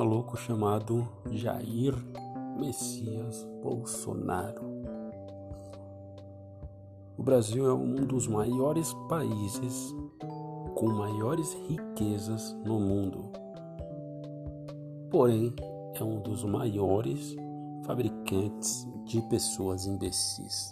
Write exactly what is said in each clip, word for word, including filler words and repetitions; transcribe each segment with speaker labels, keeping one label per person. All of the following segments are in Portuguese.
Speaker 1: maluco chamado Jair Messias Bolsonaro. O Brasil é um dos maiores países com maiores riquezas no mundo. Porém, é um dos maiores fabricantes de pessoas imbecis.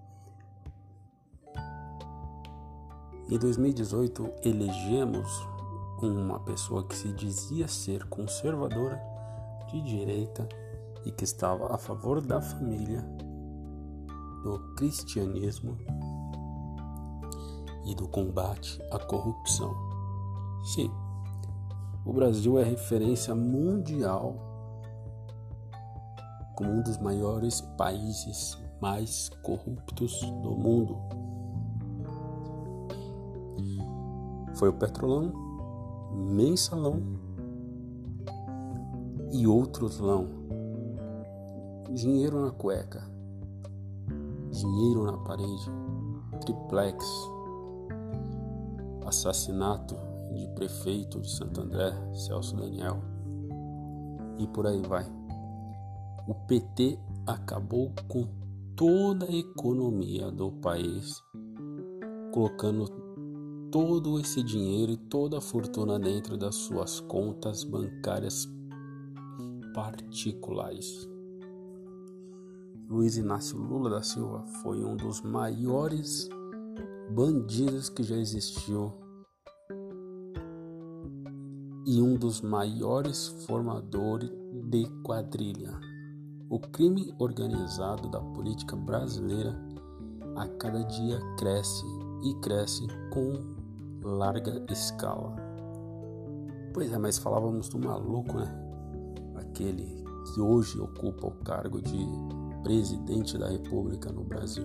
Speaker 1: Em dois mil e dezoito, elegemos uma pessoa que se dizia ser conservadora, de direita e que estava a favor da família, do cristianismo e do combate à corrupção. Sim, o Brasil é referência mundial como um dos maiores países mais corruptos do mundo. Foi o Petrolão, Mensalão e outros lão. Dinheiro na cueca, dinheiro na parede, triplex, assassinato de prefeito de Santo André, Celso Daniel, e por aí vai. O P T acabou com toda a economia do país, colocando todo esse dinheiro e toda a fortuna dentro das suas contas bancárias particulares. Luiz Inácio Lula da Silva foi um dos maiores bandidos que já existiu e um dos maiores formadores de quadrilha. O crime organizado da política brasileira a cada dia cresce e cresce com larga escala. Pois é, mas falávamos do maluco, né? Aquele que hoje ocupa o cargo de presidente da República no Brasil.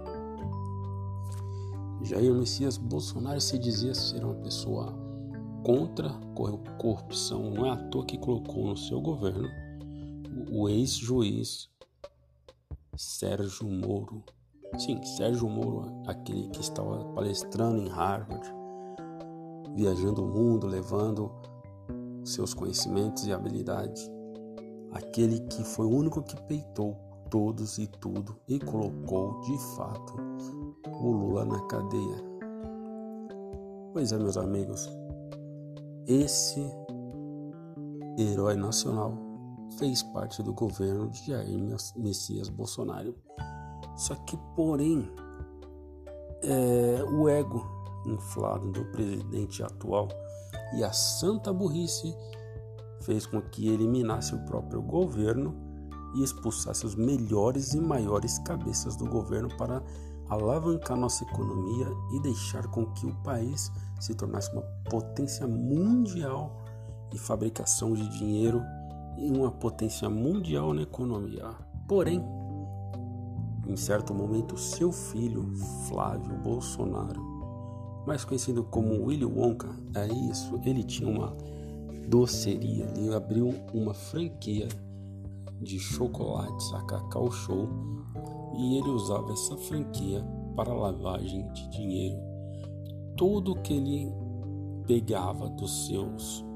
Speaker 1: Jair Messias Bolsonaro se dizia ser uma pessoa contra a corrupção. Não é à toa que colocou no seu governo o ex-juiz Sérgio Moro. Sim, Sérgio Moro, aquele que estava palestrando em Harvard, viajando o mundo, levando seus conhecimentos e habilidades. Aquele que foi o único que peitou todos e tudo e colocou, de fato, o Lula na cadeia. Pois é, meus amigos, esse herói nacional fez parte do governo de Jair Messias Bolsonaro. Só que, porém, é, o ego inflado do presidente atual e a santa burrice fez com que eliminasse o próprio governo e expulsasse os melhores e maiores cabeças do governo para alavancar nossa economia e deixar com que o país se tornasse uma potência mundial em fabricação de dinheiro e uma potência mundial na economia. Porém, em certo momento, seu filho, Flávio Bolsonaro, mais conhecido como Willy Wonka, é isso, ele tinha uma doceria, ele abriu uma franquia de chocolates, a Cacau Show, e ele usava essa franquia para lavagem de dinheiro. Tudo que ele pegava dos seus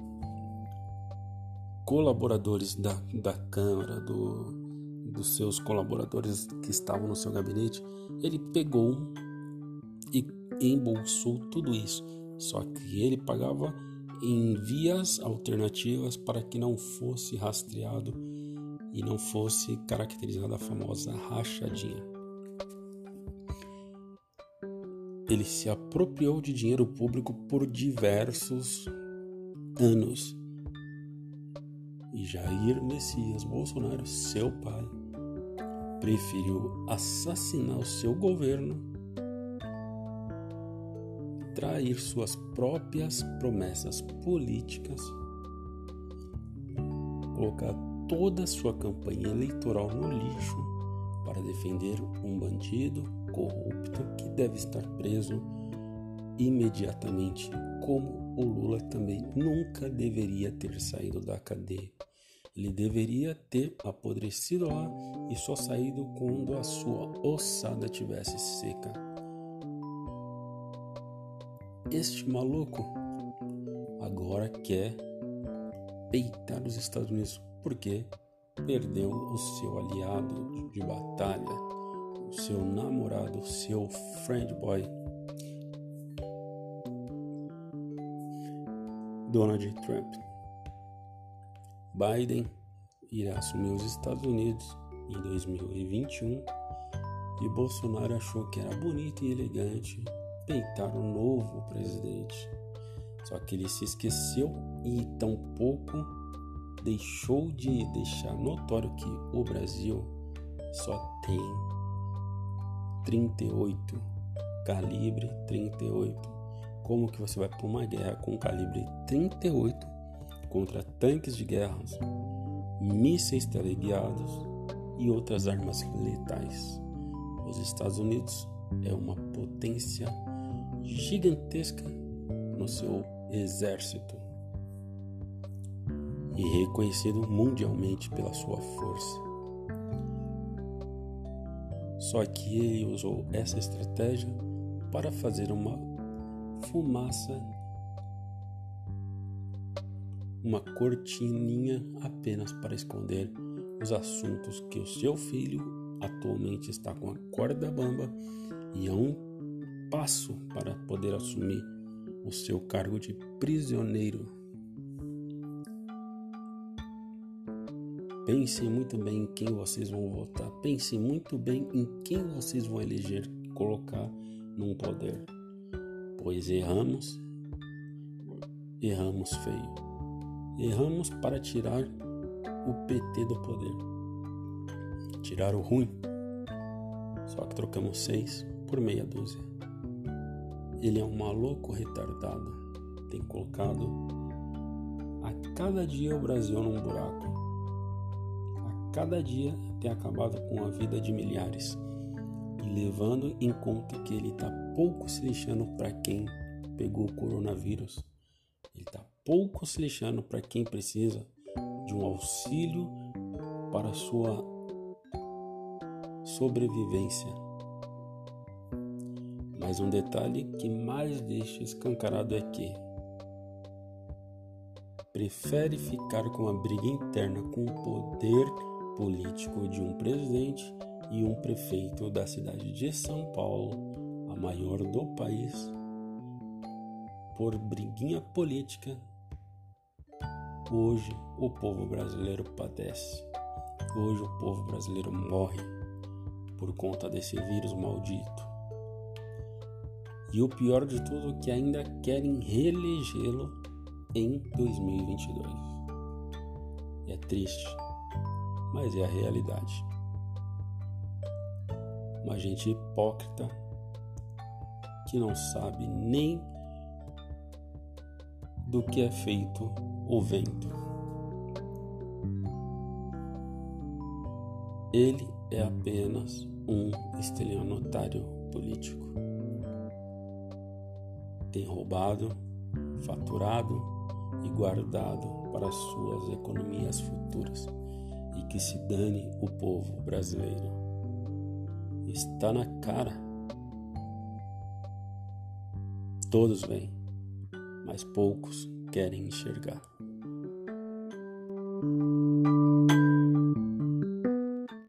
Speaker 1: colaboradores da, da Câmara, do dos seus colaboradores que estavam no seu gabinete, ele pegou e embolsou tudo isso. Só que ele pagava em vias alternativas para que não fosse rastreado e não fosse caracterizada a famosa rachadinha. Ele se apropriou de dinheiro público por diversos anos. E Jair Messias Bolsonaro, seu pai, preferiu assassinar o seu governo, trair suas próprias promessas políticas, colocar toda a sua campanha eleitoral no lixo para defender um bandido corrupto que deve estar preso imediatamente, como o Lula também nunca deveria ter saído da cadeia. Ele deveria ter apodrecido lá e só saído quando a sua ossada tivesse seca. Este maluco agora quer peitar os Estados Unidos porque perdeu o seu aliado de batalha, o seu namorado, o seu friend boy, Donald Trump. Biden irá assumir os Estados Unidos em dois mil e vinte e um e Bolsonaro achou que era bonito e elegante peitar o novo presidente. Só que ele se esqueceu e tampouco deixou de deixar notório que o Brasil só tem trinta e oito, calibre trinta e oito. Como que você vai para uma guerra com calibre trinta e oito contra tanques de guerra, mísseis teleguiados e outras armas letais? Os Estados Unidos é uma potência gigantesca no seu exército e reconhecido mundialmente pela sua força. Só que ele usou essa estratégia para fazer uma fumaça, uma cortininha apenas para esconder os assuntos que o seu filho atualmente está com a corda bamba e a um passo para poder assumir o seu cargo de prisioneiro. Pensem muito bem em quem vocês vão votar. Pensem muito bem em quem vocês vão eleger e colocar num poder. Pois erramos, erramos feio. Erramos para tirar o P T do poder. Tirar o ruim. Só que trocamos seis por meia dúzia. Ele é um maluco retardado. Tem colocado a cada dia o Brasil num buraco. A cada dia tem acabado com a vida de milhares. E levando em conta que ele está pouco se lixando para quem pegou o coronavírus. Ele está pouco se lixando para quem precisa de um auxílio para a sua sobrevivência. Mas um detalhe que mais deixa escancarado é que prefere ficar com a briga interna com o poder político de um presidente e um prefeito da cidade de São Paulo, a maior do país, por briguinha política. Hoje o povo brasileiro padece. Hoje o povo brasileiro morre por conta desse vírus maldito. E o pior de tudo é que ainda querem reelegê-lo em dois mil e vinte e dois. É triste, mas é a realidade. Uma gente hipócrita que não sabe nem do que é feito o vento. Ele é apenas um estelionatário político. Tem roubado, faturado e guardado para suas economias futuras. E que se dane o povo brasileiro. Está na cara. Todos veem, mas poucos querem enxergar.